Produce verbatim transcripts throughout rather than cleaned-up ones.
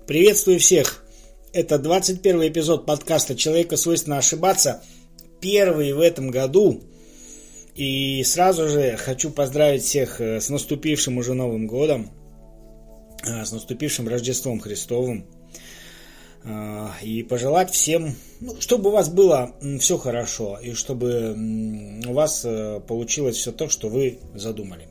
Приветствую всех! Это двадцать первый эпизод подкаста «Человеку свойственно ошибаться», первый в этом году. И сразу же хочу поздравить всех с наступившим уже Новым годом, с наступившим Рождеством Христовым. И пожелать всем, ну, чтобы у вас было все хорошо, и чтобы у вас получилось все то, что вы задумали.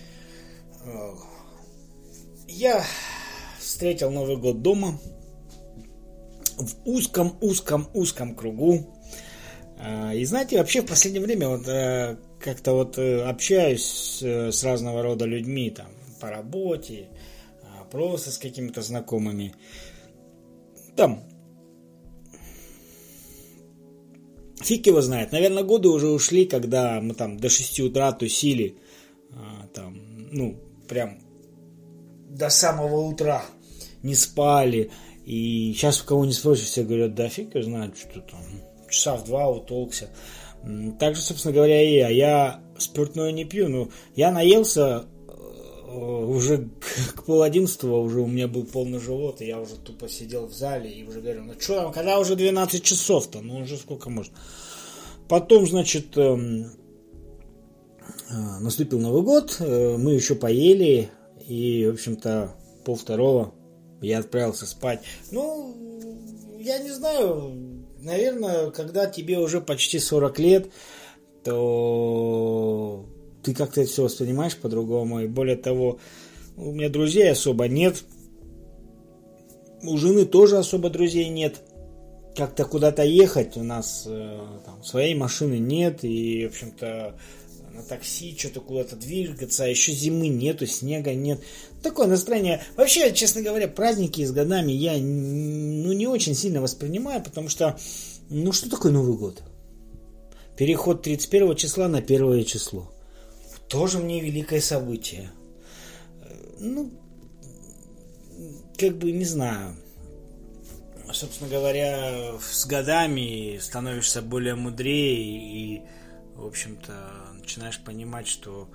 Я встретил Новый год дома, в узком-узком-узком кругу. И знаете, вообще в последнее время вот как-то вот общаюсь с разного рода людьми, там, по работе, просто с какими-то знакомыми. Там, фиг его знает, наверное, годы уже ушли, когда мы там до шести утра тусили, там, ну, прям до самого утра не спали. И сейчас, кого не спросишь, все говорят, да фиг его знает, что там, часа в два утолкся. Так же, собственно говоря, и я. Я спиртное не пью, но я наелся уже к пол одиннадцатого, уже у меня был полный живот, и я уже тупо сидел в зале и уже говорил, ну что там, когда уже двенадцать часов-то, ну уже сколько можно. Потом, значит, наступил Новый год, мы еще поели, и, в общем-то, полвторого я отправился спать. Ну, я не знаю, наверное, когда тебе уже почти сорок лет, то ты как-то это все воспринимаешь по-другому. И более того, у меня друзей особо нет. У жены тоже особо друзей нет. Как-то куда-то ехать у нас там своей машины нет. И, в общем-то, на такси что-то куда-то двигаться. А еще зимы нету, снега нет. Такое настроение. Вообще, честно говоря, праздники с годами я ну, не очень сильно воспринимаю. Потому что, ну что такое Новый год? Переход тридцать первого числа на первое число. Тоже мне великое событие. Ну, как бы не знаю. Собственно говоря, с годами становишься более мудрее и, в общем-то, начинаешь понимать, что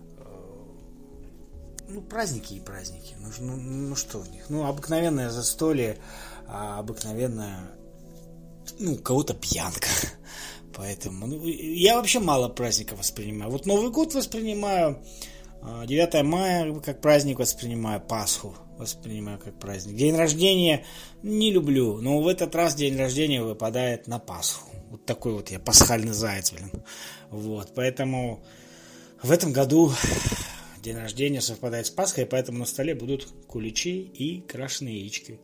ну, праздники и праздники. Ну, ну, ну что в них? Ну, обыкновенное застолье, а обыкновенная, ну, у кого-то пьянка. Поэтому ну, я вообще мало праздников воспринимаю. Вот Новый год воспринимаю, девятое мая как праздник воспринимаю, Пасху воспринимаю как праздник. День рождения не люблю, но в этот раз день рождения выпадает на Пасху. Вот такой вот я пасхальный заяц, блин. Вот, поэтому в этом году день рождения совпадает с Пасхой, поэтому на столе будут куличи и крашеные яички.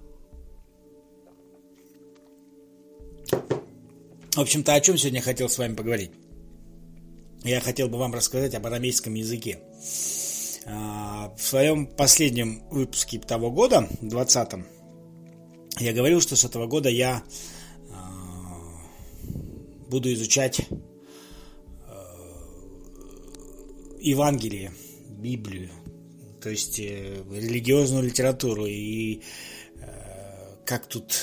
В общем-то, о чем сегодня я хотел с вами поговорить? Я хотел бы вам рассказать об арамейском языке. В своем последнем выпуске того года, двадцатом, я говорил, что с этого года я буду изучать Евангелие, Библию, то есть религиозную литературу и как тут...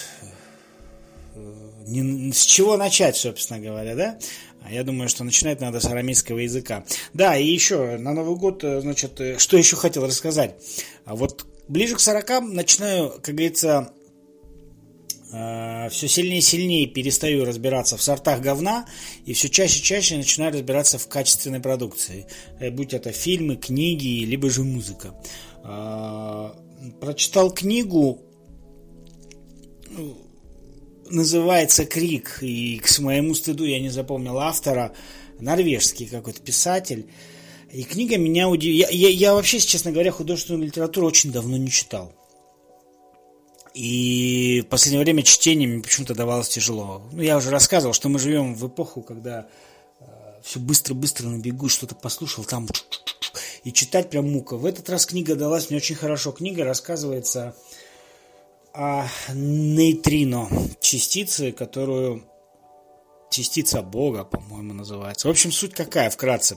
Не, с чего начать, собственно говоря, да? Я думаю, что начинать надо с арамейского языка. Да, и еще на Новый год, значит, что еще хотел рассказать. Вот ближе к сорокам начинаю, как говорится, все сильнее и сильнее перестаю разбираться в сортах говна и все чаще и чаще начинаю разбираться в качественной продукции. Будь это фильмы, книги, либо же музыка. Прочитал книгу... Называется «Крик», и к моему стыду я не запомнил автора, норвежский какой-то писатель, и книга меня удивила. Я, я, я вообще, честно говоря, художественную литературу очень давно не читал, и в последнее время чтение мне почему-то давалось тяжело. Ну, я уже рассказывал, что мы живем в эпоху, когда э, все быстро-быстро на бегу, что-то послушал, там и читать прям мука. В этот раз книга далась мне очень хорошо. Книга рассказывается о нейтрино частице, которую частица Бога, по-моему, называется. В общем, суть какая, вкратце.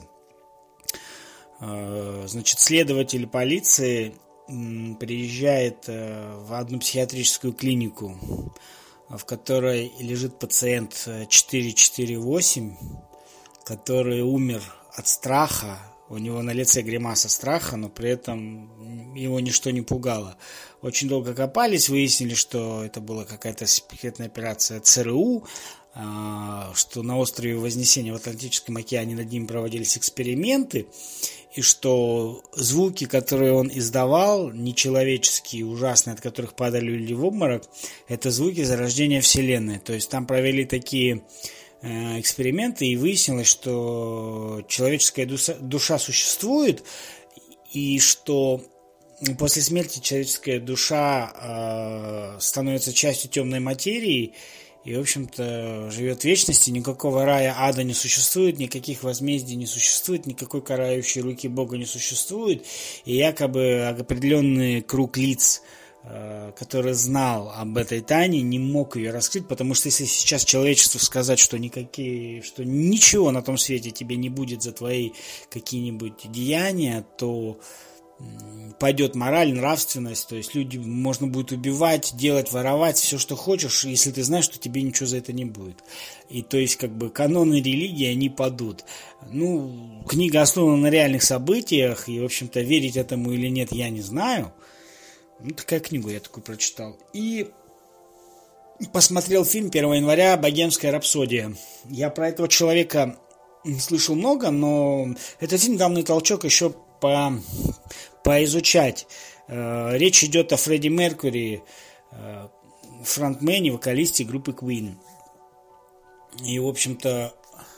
Значит, следователь полиции приезжает в одну психиатрическую клинику, в которой лежит пациент четыреста четырьдесят восемь, который умер от страха, У него на лице гримаса страха, но при этом его ничто не пугало. Очень долго копались, выяснили, что это была какая-то секретная операция ЦРУ, что на острове Вознесения в Атлантическом океане над ним проводились эксперименты, и что звуки, которые он издавал, нечеловеческие, ужасные, от которых падали люди в обморок, это звуки зарождения Вселенной. То есть там провели такие э, эксперименты, и выяснилось, что человеческая душа, душа существует, и что после смерти человеческая душа э, становится частью темной материи, и, в общем-то, живет в вечности, никакого рая, ада не существует, никаких возмездий не существует, никакой карающей руки Бога не существует, и якобы определенный круг лиц, который знал об этой тайне, не мог ее раскрыть, потому что если сейчас человечеству сказать, что никакие, что ничего на том свете тебе не будет за твои какие-нибудь деяния, то пойдет мораль, нравственность, то есть люди можно будет убивать, делать, воровать, все, что хочешь, если ты знаешь, что тебе ничего за это не будет. И то есть, как бы, каноны религии, они падут. Ну, книга основана на реальных событиях, и, в общем-то, верить этому или нет, я не знаю. Ну, такая книгу я такую прочитал. И посмотрел фильм первого января «Богемская рапсодия». Я про этого человека слышал много, но этот фильм дал мне толчок еще по... поизучать. Речь идет о Фредди Меркьюри, фронтмене, вокалисте группы Queen. И, в общем-то,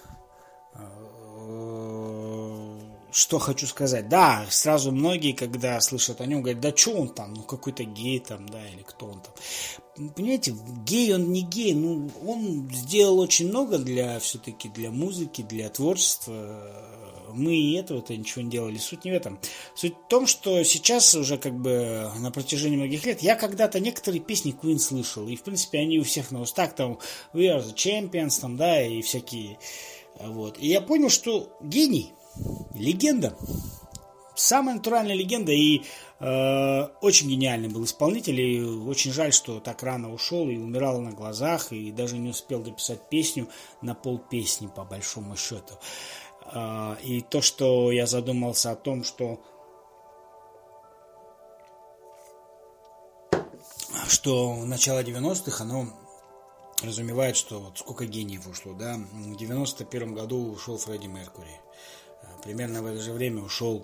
что хочу сказать. Да, сразу многие, когда слышат о нем, говорят, да что он там, ну какой-то гей там, да, или кто он там. Понимаете, гей он не гей, ну он сделал очень много для, все-таки для музыки, для творчества. Мы и этого-то ничего не делали. Суть не в этом. Суть в том, что сейчас уже как бы на протяжении многих лет я когда-то некоторые песни Queen слышал. И в принципе они у всех на устах. Там We Are the Champions, там, да, и всякие. Вот. И я понял, что гений, легенда. Самая натуральная легенда. И э, очень гениальный был исполнитель. И очень жаль, что так рано ушел и умирал на глазах. И даже не успел дописать песню на полпесни, по большому счету. И то, что я задумался о том, что, что начало девяностых, оно разумевает, что вот сколько гениев ушло, да. В девяносто первом году ушел Фредди Меркьюри. Примерно в это же время ушел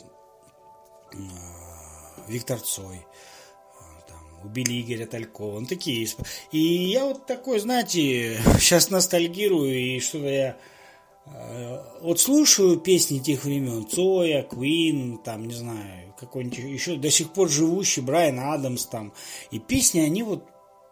Виктор Цой. Там, убили Игоря Талькова. Ну, такие. И я вот такой, знаете, сейчас ностальгирую, и что-то я вот слушаю песни тех времен, Цоя, Queen, там, не знаю, какой-нибудь еще до сих пор живущий Брайан Адамс, там, и песни, они вот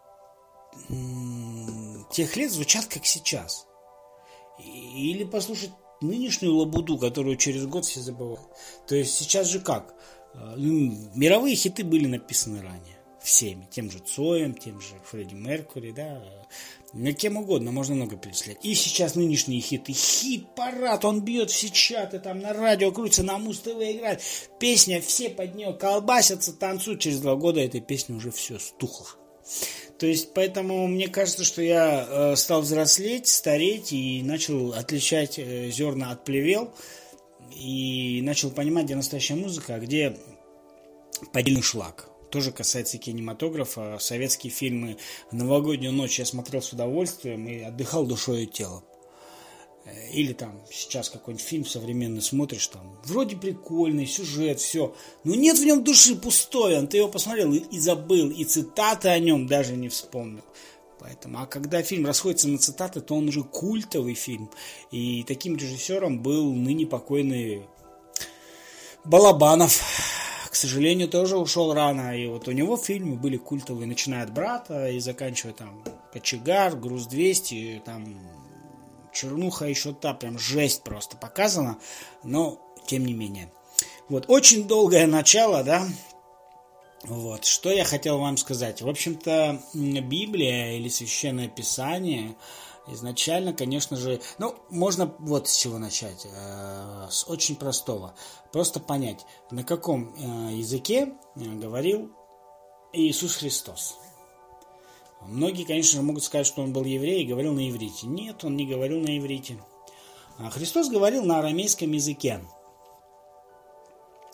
тех лет звучат как сейчас. Или послушать нынешнюю лабуду, которую через год все забывают. То есть сейчас же как? Мировые хиты были написаны ранее. Всеми. Тем же Цоем, тем же Фредди Меркьюри, да. Ну, кем угодно, можно много перечислять. И сейчас нынешние хиты. Хит-парад, он бьет все чаты, там на радио крутится, на Муз-ТВ играет. Песня, все под нее колбасятся, танцуют. Через два года этой песни уже все стухло. То есть, поэтому мне кажется, что я э, стал взрослеть, стареть и начал отличать э, зерна от плевел. И начал понимать, где настоящая музыка, а где поддельный шлак. Тоже касается кинематографа. Советские фильмы в новогоднюю ночь я смотрел с удовольствием и отдыхал душой и телом. Или там сейчас какой-нибудь фильм современный смотришь, там вроде прикольный, сюжет, все. Но нет в нем души, пустой. Он, ты его посмотрел и, и забыл, и цитаты о нем даже не вспомнил. Поэтому, а когда фильм расходится на цитаты, то он уже культовый фильм. И таким режиссером был ныне покойный Балабанов. К сожалению, тоже ушел рано. И вот у него фильмы были культовые, начиная от «Брата» и заканчивая там «Кочегар», «Груз двести», там чернуха еще та, прям жесть просто показана. Но, тем не менее. Вот, очень долгое начало, да. Вот, что я хотел вам сказать. В общем-то, Библия или Священное Писание изначально, конечно же, ну, можно вот с чего начать. С очень простого. Просто понять, на каком языке говорил Иисус Христос. Многие, конечно же, могут сказать, что он был еврей и говорил на иврите. Нет, он не говорил на иврите. Христос говорил на арамейском языке.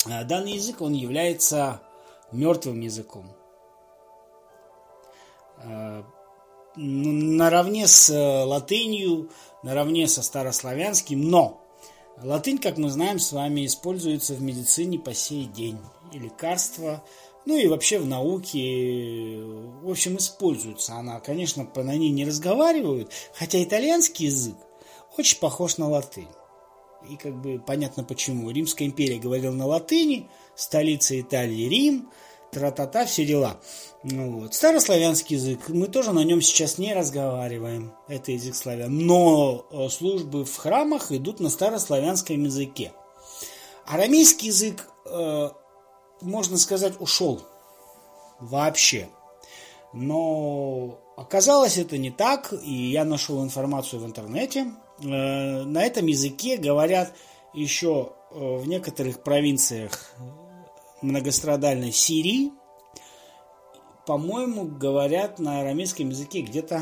Данный язык, он является мертвым языком. Наравне с латынью, наравне со старославянским, но латынь, как мы знаем с вами, используется в медицине по сей день. И лекарства, ну и вообще в науке, в общем, используется она. Конечно, на ней не разговаривают, хотя итальянский язык очень похож на латынь. И как бы понятно почему. Римская империя говорила на латыни, столица Италии Рим, тра-та-та, все дела. Ну, вот. Старославянский язык, мы тоже на нем сейчас не разговариваем, это язык славян, но службы в храмах идут на старославянском языке. Арамейский язык, э, можно сказать, ушел вообще. Но оказалось это не так, и я нашел информацию в интернете. Э, на этом языке говорят еще э, в некоторых провинциях многострадальной Сирии, по-моему, говорят на арамейском языке где-то,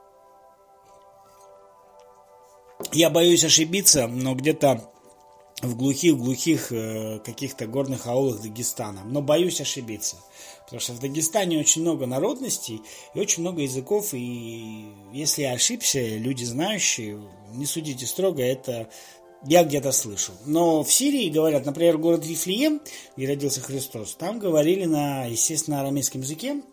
я боюсь ошибиться, но где-то в глухих-глухих э, каких-то горных аулах Дагестана. Но боюсь ошибиться, потому что в Дагестане очень много народностей и очень много языков, и если я ошибся, люди знающие, не судите строго, это я где-то слышал. Но в Сирии говорят, например, город Вифлеем, где родился Христос, там говорили на, естественно, арамейском языке,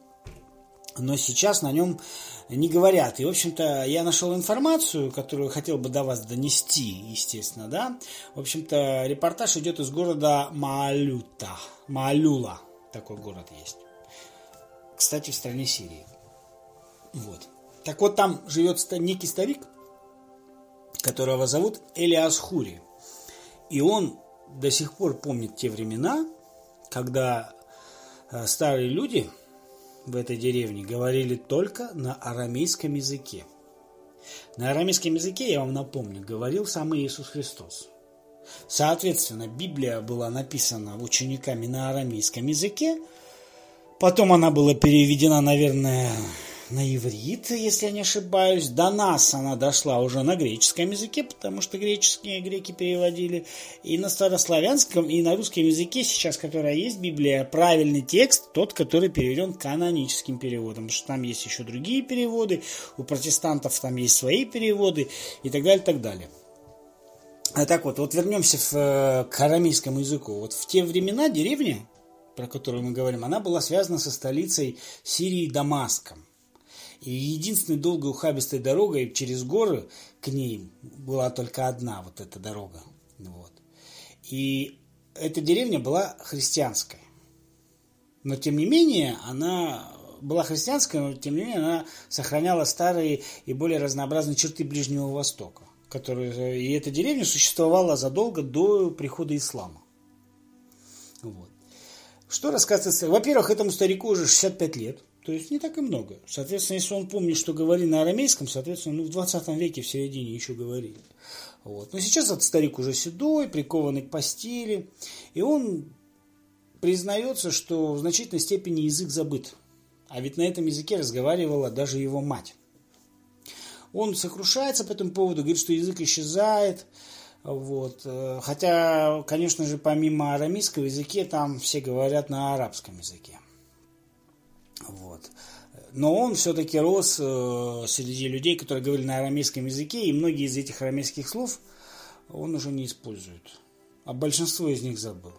но сейчас на нем не говорят. И, в общем-то, я нашел информацию, которую хотел бы до вас донести, естественно, да. В общем-то, репортаж идет из города Маалюта. Маалюла, такой город есть. Кстати, в стране Сирии. Вот. Так вот, там живет некий старик, которого зовут Элиас Хури. И он до сих пор помнит те времена, когда старые люди в этой деревне говорили только на арамейском языке. На арамейском языке, я вам напомню, говорил сам Иисус Христос. Соответственно, Библия была написана учениками на арамейском языке. Потом она была переведена, наверное, на иврит, если я не ошибаюсь. До нас она дошла уже на греческом языке, потому что греческие греки переводили. И на старославянском, и на русском языке сейчас, которая есть Библия, правильный текст, тот, который переведен каноническим переводом. Потому что там есть еще другие переводы, у протестантов там есть свои переводы и так далее, и так далее. А так вот, вот вернемся в, к арамейскому языку. Вот в те времена деревня, про которую мы говорим, она была связана со столицей Сирии Дамаском. И единственной долгой ухабистой дорогой через горы к ней была только одна вот эта дорога. Вот. И эта деревня была христианской. Но тем не менее, она была христианской, но тем не менее она сохраняла старые и более разнообразные черты Ближнего Востока. Которые, и эта деревня существовала задолго до прихода ислама. Вот. Что рассказывается? Во-первых, этому старику уже шестьдесят пять лет. То есть не так и много. Соответственно, если он помнит, что говорили на арамейском, соответственно, ну, в двадцатом веке в середине еще говорили. Вот. Но сейчас этот старик уже седой, прикованный к постели. И он признается, что в значительной степени язык забыт. А ведь на этом языке разговаривала даже его мать. Он сокрушается по этому поводу, говорит, что язык исчезает. Вот. Хотя, конечно же, помимо арамейского языка, там все говорят на арабском языке. Вот. Но он все-таки рос э, среди людей, которые говорили на арамейском языке, и многие из этих арамейских слов он уже не использует. А большинство из них забыл.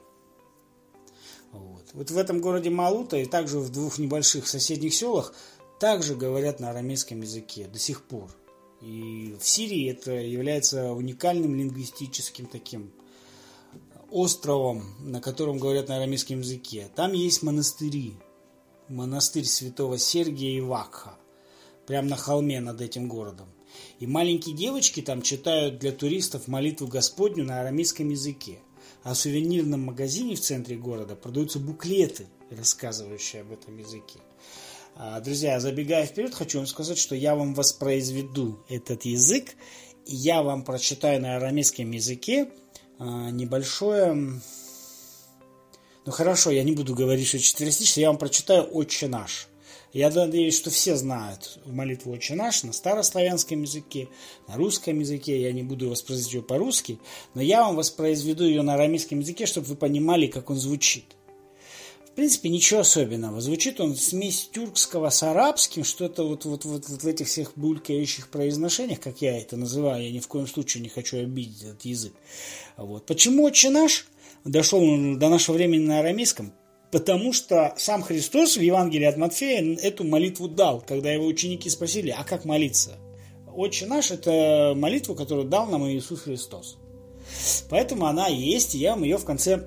Вот. Вот в этом городе Малута и также в двух небольших соседних селах также говорят на арамейском языке до сих пор. И в Сирии это является уникальным лингвистическим таким островом, на котором говорят на арамейском языке. Там есть монастыри. Монастырь святого Сергия и Вакха, прямо на холме над этим городом. И маленькие девочки там читают для туристов молитву Господню на арамейском языке. А в сувенирном магазине в центре города продаются буклеты, рассказывающие об этом языке. Друзья, забегая вперед, хочу вам сказать, что я вам воспроизведу этот язык, и я вам прочитаю на арамейском языке небольшое... Ну хорошо, я не буду говорить, что четверостишее, я вам прочитаю «Отче наш». Я надеюсь, что все знают молитву «Отче наш» на старославянском языке, на русском языке. Я не буду воспроизводить ее по-русски, но я вам воспроизведу ее на арамейском языке, чтобы вы понимали, как он звучит. В принципе, ничего особенного. Звучит он смесь тюркского с арабским, что-то вот, вот, вот, вот в этих всех булькающих произношениях, как я это называю. Я ни в коем случае не хочу обидеть этот язык. Вот. Почему «Отче наш» дошел до нашего времени на арамейском? Потому что сам Христос в Евангелии от Матфея эту молитву дал, когда его ученики спросили, а как молиться? «Отче наш» – это молитва, которую дал нам Иисус Христос. Поэтому она и есть, и я вам ее в конце,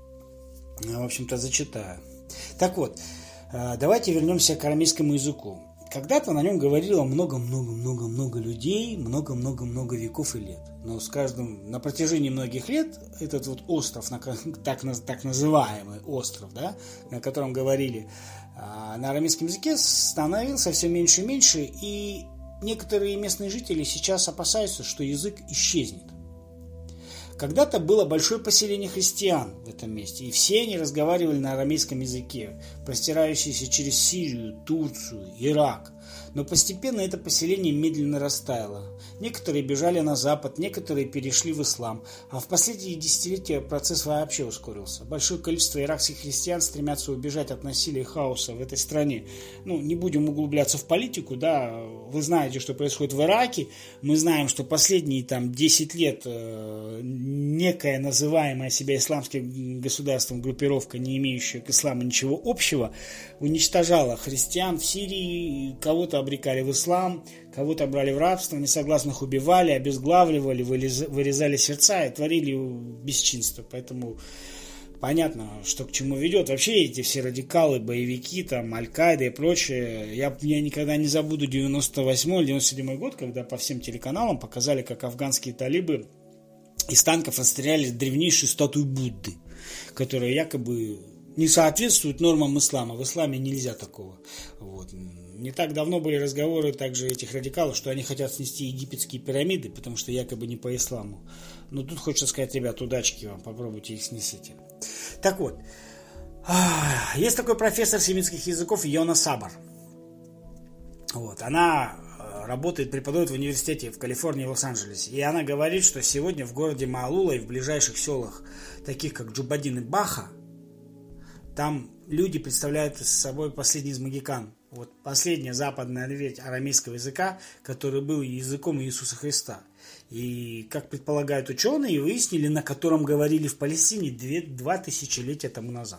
в общем-то, зачитаю. Так вот, давайте вернемся к арамейскому языку. Когда-то на нем говорило много-много-много-много людей, много-много-много веков и лет. Но с каждым, на протяжении многих лет этот вот остров, так, так называемый остров, да, на котором говорили на арамейском языке, становился все меньше и меньше, и некоторые местные жители сейчас опасаются, что язык исчезнет. Когда-то было большое поселение христиан в этом месте, и все они разговаривали на арамейском языке, простирающийся через Сирию, Турцию, Ирак. Но постепенно это поселение медленно растаяло. Некоторые бежали на запад, некоторые перешли в ислам, а в последние десятилетия процесс вообще ускорился. Большое количество иракских христиан стремятся убежать от насилия и хаоса в этой стране. Ну, не будем углубляться в политику, да, вы знаете, что происходит в Ираке, мы знаем, что последние там десять лет э, некая называемая себя исламским государством группировка, не имеющая к исламу ничего общего, уничтожала христиан в Сирии, кого-то обрекали в ислам, кого-то брали в рабство, несогласных убивали, обезглавливали, вырезали сердца и творили бесчинство. Поэтому понятно, что к чему ведет. Вообще эти все радикалы, боевики, там, Аль-Каида и прочее. Я, я никогда не забуду девяносто восьмой - девяносто седьмой год, когда по всем телеканалам показали, как афганские талибы из танков расстреляли древнейшую статую Будды, которая якобы не соответствует нормам ислама. В исламе нельзя такого. Вот. Не так давно были разговоры также этих радикалов, что они хотят снести египетские пирамиды, потому что якобы не по исламу. Но тут хочется сказать, ребят, удачки вам, попробуйте их снесите. Так вот, есть такой профессор семитских языков Йона Сабар. Вот, она работает, преподает в университете в Калифорнии, в Лос-Анджелесе. И она говорит, что сегодня в городе Маалула и в ближайших селах, таких как Джубадин и Баха, там люди представляют собой последний из магикан. Вот последняя западная ветвь арамейского языка, который был языком Иисуса Христа. И, как предполагают ученые, выяснили, на котором говорили в Палестине две, два тысячелетия тому назад.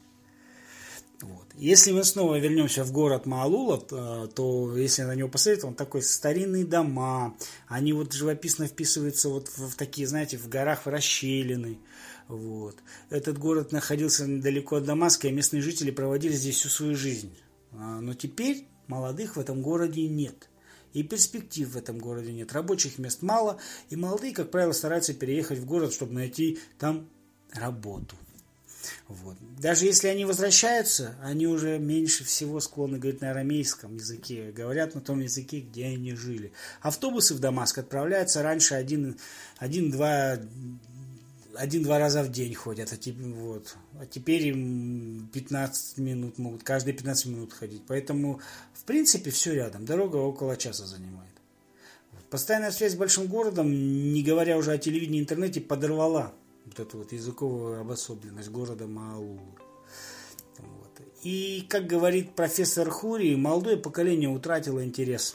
Вот. Если мы снова вернемся в город Маалула, то если на него посмотреть, он такой старинные дома, они вот живописно вписываются вот в, в такие, знаете, в горах, в расщелины. Вот. Этот город находился недалеко от Дамаска, и местные жители проводили здесь всю свою жизнь. Но теперь молодых в этом городе нет. И перспектив в этом городе нет. Рабочих мест мало, и молодые, как правило, стараются переехать в город, чтобы найти там работу. Вот. Даже если они возвращаются, они уже меньше всего склонны говорить на арамейском языке, говорят на том языке, где они жили. Автобусы в Дамаск отправляются раньше один, один-два один-два раза в день ходят, а теперь, вот, а теперь им пятнадцать минут могут, каждые пятнадцать минут ходить. Поэтому, в принципе, все рядом. Дорога около часа занимает. Вот. Постоянная связь с большим городом, не говоря уже о телевидении и интернете, подорвала вот эту вот языковую обособленность города Маалула. Вот. И, как говорит профессор Хури, молодое поколение утратило интерес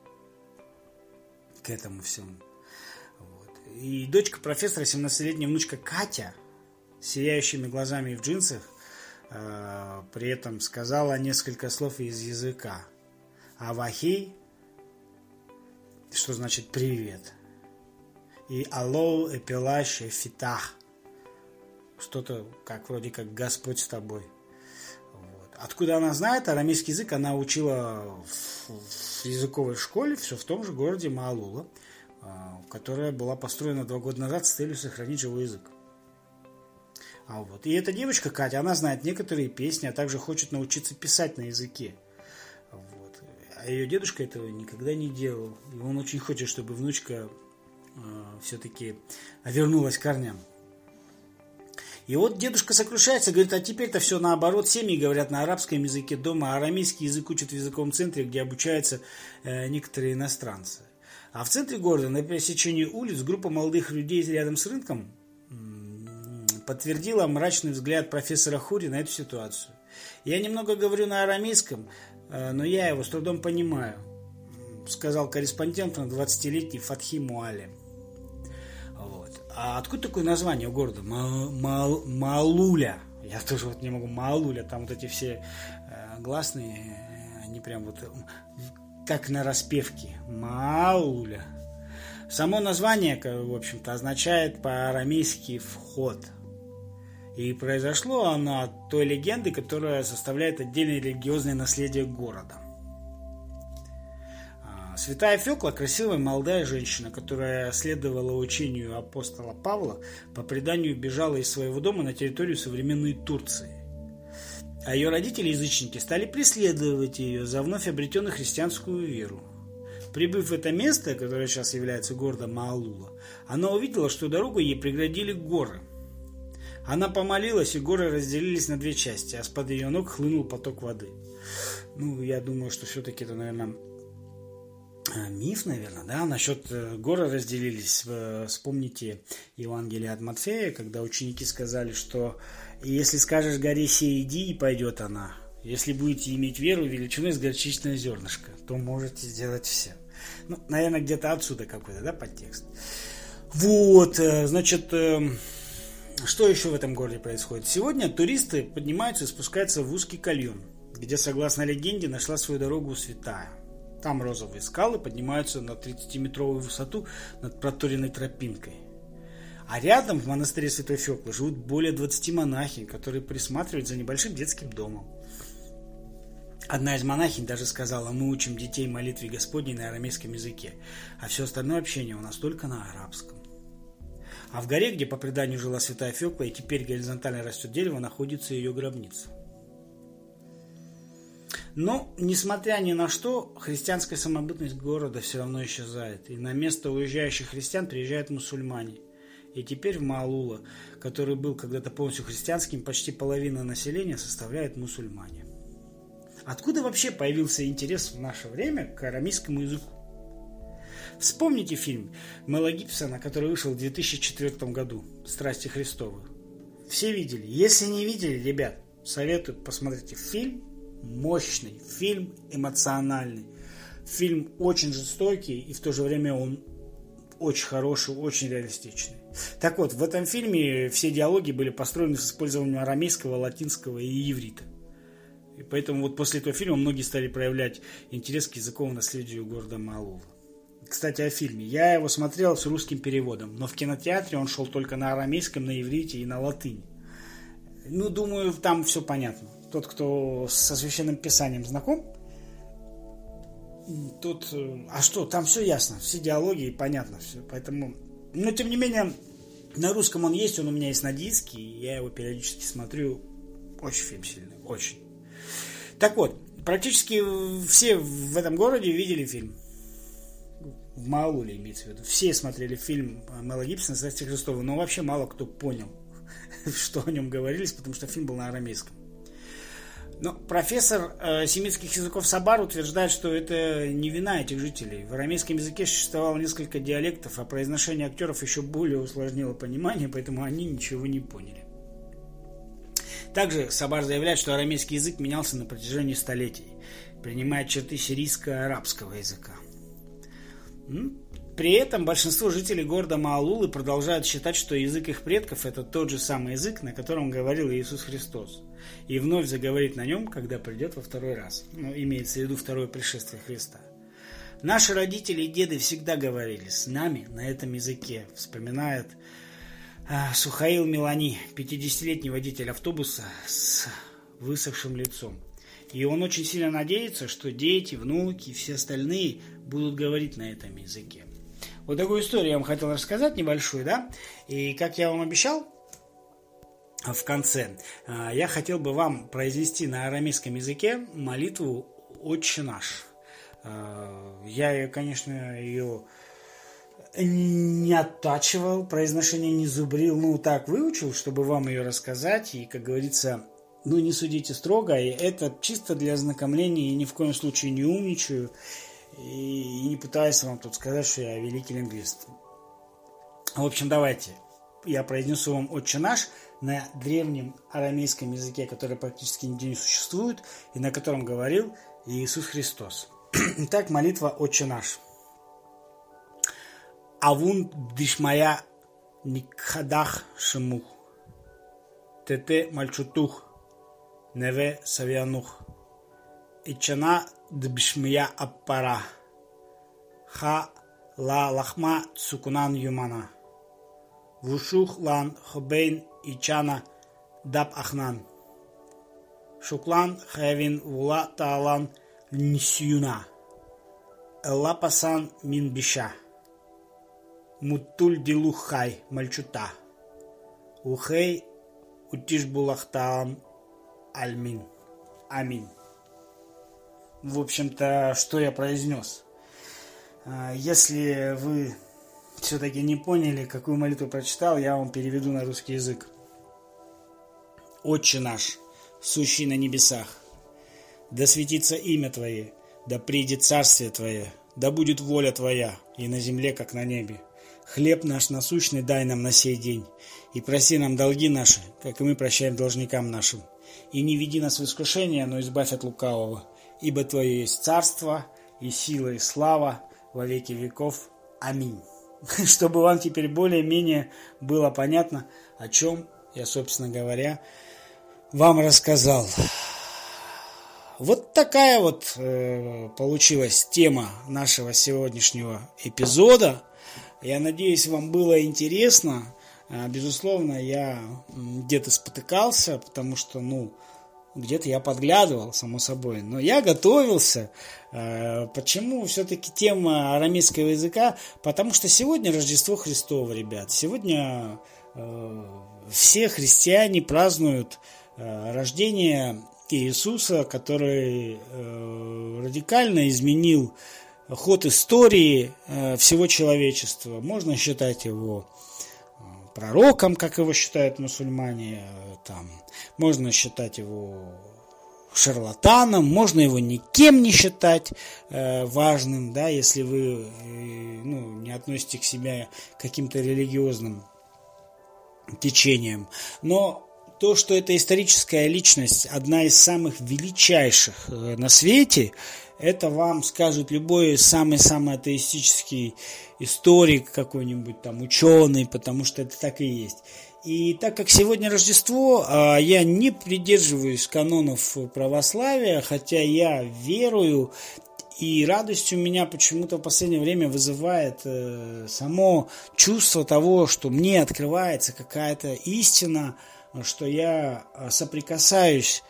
к этому всему. И дочка профессора, семнадцатилетняя внучка Катя, с сияющими глазами в джинсах, э, при этом сказала несколько слов из языка. Авахи, что значит привет. И алло эпилаш эфитах, что-то как вроде как Господь с тобой. Вот. Откуда она знает арамейский язык, она учила в, в языковой школе, все в том же городе Маалула, которая была построена два года назад с целью сохранить живой язык. А вот. И эта девочка, Катя, она знает некоторые песни, а также хочет научиться писать на языке. Вот. А ее дедушка этого никогда не делал. И он очень хочет, чтобы внучка э, все-таки вернулась к корням. И вот дедушка сокрушается, говорит, а теперь-то все наоборот, семьи говорят на арабском языке дома, а арамейский язык учат в языковом центре, где обучаются э, некоторые иностранцы. А в центре города, на пересечении улиц, группа молодых людей рядом с рынком подтвердила мрачный взгляд профессора Хури на эту ситуацию. Я немного говорю на арамейском, но я его с трудом понимаю, сказал корреспондент на двадцатилетний Фатхи Муалем. Вот. А откуда такое название у города? Маалуля. Я тоже вот не могу. Маалуля. Там вот эти все гласные, они прям вот как на распевке. Маалуля. Само название, в общем-то, означает по-арамейски «вход». И произошло оно от той легенды, которая составляет отдельное религиозное наследие города. Святая Фёкла – красивая молодая женщина, которая следовала учению апостола Павла, по преданию бежала из своего дома на территорию современной Турции. А ее родители-язычники стали преследовать ее за вновь обретенную христианскую веру. Прибыв в это место, которое сейчас является городом Маалула, она увидела, что дорогу ей преградили горы. Она помолилась, и горы разделились на две части, а с-под ее ног хлынул поток воды. Ну, я думаю, что все-таки это, наверное, миф, наверное, да, насчет горы разделились. Вспомните Евангелие от Матфея, когда ученики сказали, что если скажешь горе сей, иди, и пойдет она. Если будете иметь веру величиной с горчичное зернышко, то можете сделать все. Ну, наверное, где-то отсюда какой-то, да, подтекст. Вот, значит, что еще в этом городе происходит? Сегодня туристы поднимаются и спускаются в узкий кальюн, где, согласно легенде, нашла свою дорогу святая. Там розовые скалы поднимаются на тридцатиметровую высоту над проторенной тропинкой. А рядом в монастыре Святой Фёклы живут более двадцати монахинь, которые присматривают за небольшим детским домом. Одна из монахинь даже сказала: мы учим детей молитве Господней на арамейском языке, а все остальное общение у нас только на арабском. А в горе, где по преданию жила Святая Фёкла и теперь горизонтально растет дерево, находится ее гробница. Но, несмотря ни на что, христианская самобытность города все равно исчезает. И на место уезжающих христиан приезжают мусульмане. И теперь в Маалула, который был когда-то полностью христианским, почти половина населения составляет мусульмане. Откуда вообще появился интерес в наше время к арамейскому языку? Вспомните фильм Мела Гибсона, который вышел в две тысячи четвёртом году, «Страсти Христовы». Все видели? Если не видели, ребят, советую, посмотрите фильм. Мощный фильм, эмоциональный. Фильм очень жестокий, и в то же время он очень хороший, очень реалистичный. Так вот, в этом фильме все диалоги были построены с использованием арамейского, латинского и иврита. И поэтому вот после этого фильма многие стали проявлять интерес к языковому наследию города Маалула. Кстати, о фильме. Я его смотрел с русским переводом, но в кинотеатре он шел только на арамейском, на иврите и на латыни. Ну, думаю, там все понятно. Тот, кто со Священным Писанием знаком, тот... А что, там все ясно, все диалоги и понятно все. Поэтому... Но, тем не менее, на русском он есть, он у меня есть на диске, и я его периодически смотрю. Очень фильм сильный, очень. Так вот, практически все в этом городе видели фильм. В Маалуле имеется в виду. Все смотрели фильм Мела Гибсона «Страсти Христовы», но вообще мало кто понял, что о нем говорилось, потому что фильм был на арамейском. Но профессор э, семитских языков Сабар утверждает, что это не вина этих жителей. В арамейском языке существовало несколько диалектов, а произношение актеров еще более усложнило понимание, поэтому они ничего не поняли. Также Сабар заявляет, что арамейский язык менялся на протяжении столетий, принимая черты сирийско-арабского языка. При этом большинство жителей города Маалулы продолжают считать, что язык их предков – это тот же самый язык, на котором говорил Иисус Христос, и вновь заговорит на нем, когда придет во второй раз. Ну, имеется в виду второе пришествие Христа. Наши родители и деды всегда говорили с нами на этом языке, вспоминает а, Сухаил Милани, пятидесятилетний водитель автобуса с высохшим лицом. И он очень сильно надеется, что дети, внуки и все остальные будут говорить на этом языке. Вот такую историю я вам хотел рассказать, небольшую, да? И как я вам обещал в конце, я хотел бы вам произнести на арамейском языке молитву «Отче наш». Я, конечно, ее не оттачивал, произношение не зубрил, ну так выучил, чтобы вам ее рассказать, и, как говорится, ну не судите строго, и это чисто для ознакомления, и ни в коем случае не умничаю, и не пытаюсь вам тут сказать, что я великий лингвист. В общем, давайте, я произнесу вам «Отче наш» на древнем арамейском языке, который практически нигде не существует, и на котором говорил Иисус Христос. Итак, молитва «Отче наш». Авун дишмая никхадах шемух, тете мальчутух, неве савианух, ичана дбишмия аппара, ха ла лахма цукунан юмана, вушух лан хобейн ичана даб ахнан, шуклан хаявин вула таалан нисюна, элла пасан мин биша. Мутуль дилухай мальчута. Ухей утишбулахтаам альмин. Аминь. В общем-то, что я произнес. Если вы все-таки не поняли, какую молитву прочитал, я вам переведу на русский язык. Отче наш, сущий на небесах, да светится имя Твое, да придет царствие Твое, да будет воля Твоя и на земле, как на небе. Хлеб наш насущный дай нам на сей день, и проси нам долги наши, как и мы прощаем должникам нашим. И не веди нас в искушение, но избавь от лукавого, ибо Твое есть царство, и сила, и слава во веки веков. Аминь. Чтобы вам теперь более-менее было понятно, о чем я, собственно говоря, вам рассказал. Вот такая вот э, получилась тема нашего сегодняшнего эпизода. Я надеюсь, вам было интересно. Безусловно, я где-то спотыкался, потому что, ну, где-то я подглядывал, само собой. Но я готовился. Почему все-таки тема арамейского языка? Потому что сегодня Рождество Христово, ребят. Сегодня все христиане празднуют рождение Иисуса, который радикально изменил ход истории э, всего человечества. Можно считать его э, пророком, как его считают мусульмане, э, там, можно считать его шарлатаном, можно его никем не считать э, важным, да, если вы э, ну, не относите к себе к каким-то религиозным течениям. Но то, что это историческая личность, одна из самых величайших э, на свете, это вам скажет любой самый-самый атеистический историк, какой-нибудь там ученый, потому что это так и есть. И так как сегодня Рождество, я не придерживаюсь канонов православия, хотя я верую, и радость у меня почему-то в последнее время вызывает само чувство того, что мне открывается какая-то истина, что я соприкасаюсь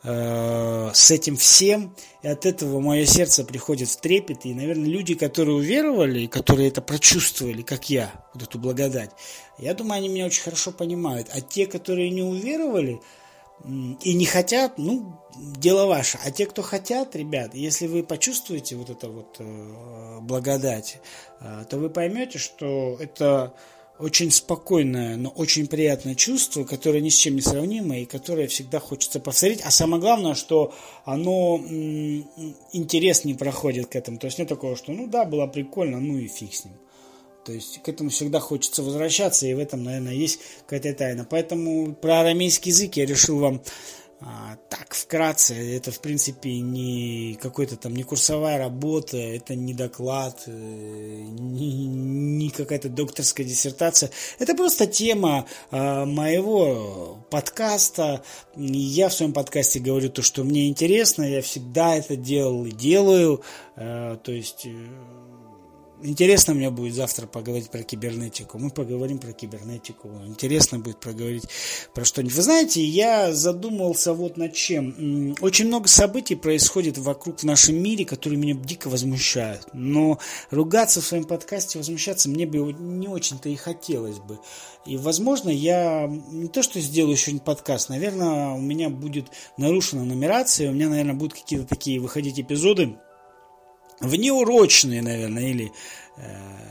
с этим всем, и от этого мое сердце приходит в трепет, и, наверное, люди, которые уверовали, которые это прочувствовали, как я, вот эту благодать, я думаю, они меня очень хорошо понимают, а те, которые не уверовали и не хотят, ну, дело ваше, а те, кто хотят, ребят, если вы почувствуете вот это вот благодать, то вы поймете, что это очень спокойное, но очень приятное чувство, которое ни с чем не сравнимо и которое всегда хочется повторить. А самое главное, что оно м- интерес не проходит к этому. То есть нет такого, что ну да, было прикольно, ну и фиг с ним. То есть к этому всегда хочется возвращаться, и в этом, наверное, есть какая-то тайна. Поэтому про арамейский язык я решил вам а, так вкратце. Это, в принципе, не какой-то там не курсовая работа, это не доклад, не, не какая-то докторская диссертация. Это просто тема а, моего подкаста. Я в своем подкасте говорю то, что мне интересно. Я всегда это делал и делаю. А, то есть... Интересно мне будет завтра поговорить про кибернетику. Мы поговорим про кибернетику. Интересно будет поговорить про что-нибудь. Вы знаете, я задумался вот над чем. Очень много событий происходит вокруг в нашем мире, которые меня дико возмущают. Но ругаться в своем подкасте, возмущаться мне бы не очень-то и хотелось бы. И, возможно, я не то что сделаю еще один подкаст, наверное, у меня будет нарушена нумерация, у меня, наверное, будут какие-то такие выходить эпизоды, внеурочные, наверное, или э,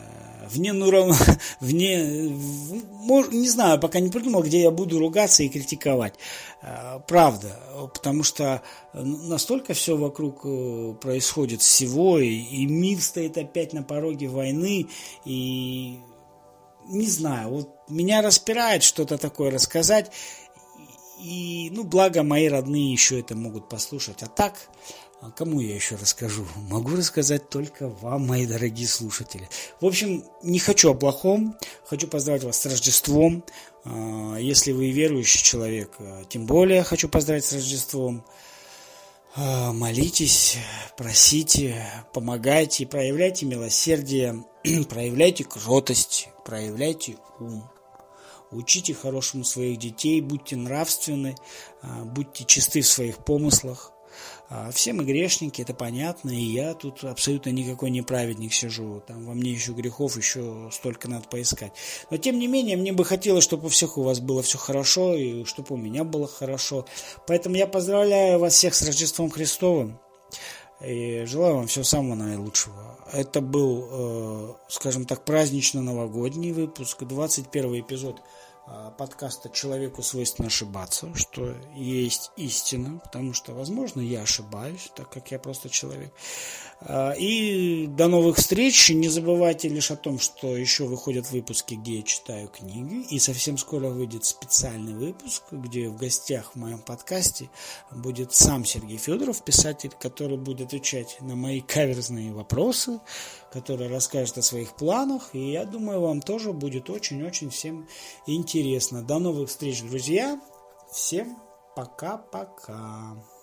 вне, ну, вне, не знаю, пока не придумал, где я буду ругаться и критиковать. Правда, потому что настолько все вокруг происходит всего, и, и мир стоит опять на пороге войны, и не знаю, вот меня распирает что-то такое рассказать, и, ну, благо мои родные еще это могут послушать, а так... Кому я еще расскажу? Могу рассказать только вам, мои дорогие слушатели. В общем, не хочу о плохом. Хочу поздравить вас с Рождеством. Если вы верующий человек, тем более хочу поздравить с Рождеством. Молитесь, просите, помогайте, проявляйте милосердие, проявляйте кротость, проявляйте ум. Учите хорошему своих детей, будьте нравственны, будьте чисты в своих помыслах. Все мы грешники, это понятно, и я тут абсолютно никакой не праведник сижу, там во мне еще грехов, еще столько надо поискать. Но тем не менее, мне бы хотелось, чтобы у всех у вас было все хорошо, и чтобы у меня было хорошо. Поэтому я поздравляю вас всех с Рождеством Христовым, и желаю вам всего самого наилучшего. Это был, скажем так, празднично-новогодний выпуск, двадцать первый эпизод подкаста «Человеку свойственно ошибаться», что есть истина, потому что, возможно, я ошибаюсь, так как я просто человек. И до новых встреч. Не забывайте лишь о том, что еще выходят выпуски, где я читаю книги, и совсем скоро выйдет специальный выпуск, где в гостях в моем подкасте будет сам Сергей Федоров, писатель, который будет отвечать на мои каверзные вопросы, который расскажет о своих планах, и я думаю, вам тоже будет очень-очень всем интересно. До новых встреч, друзья. Всем пока-пока.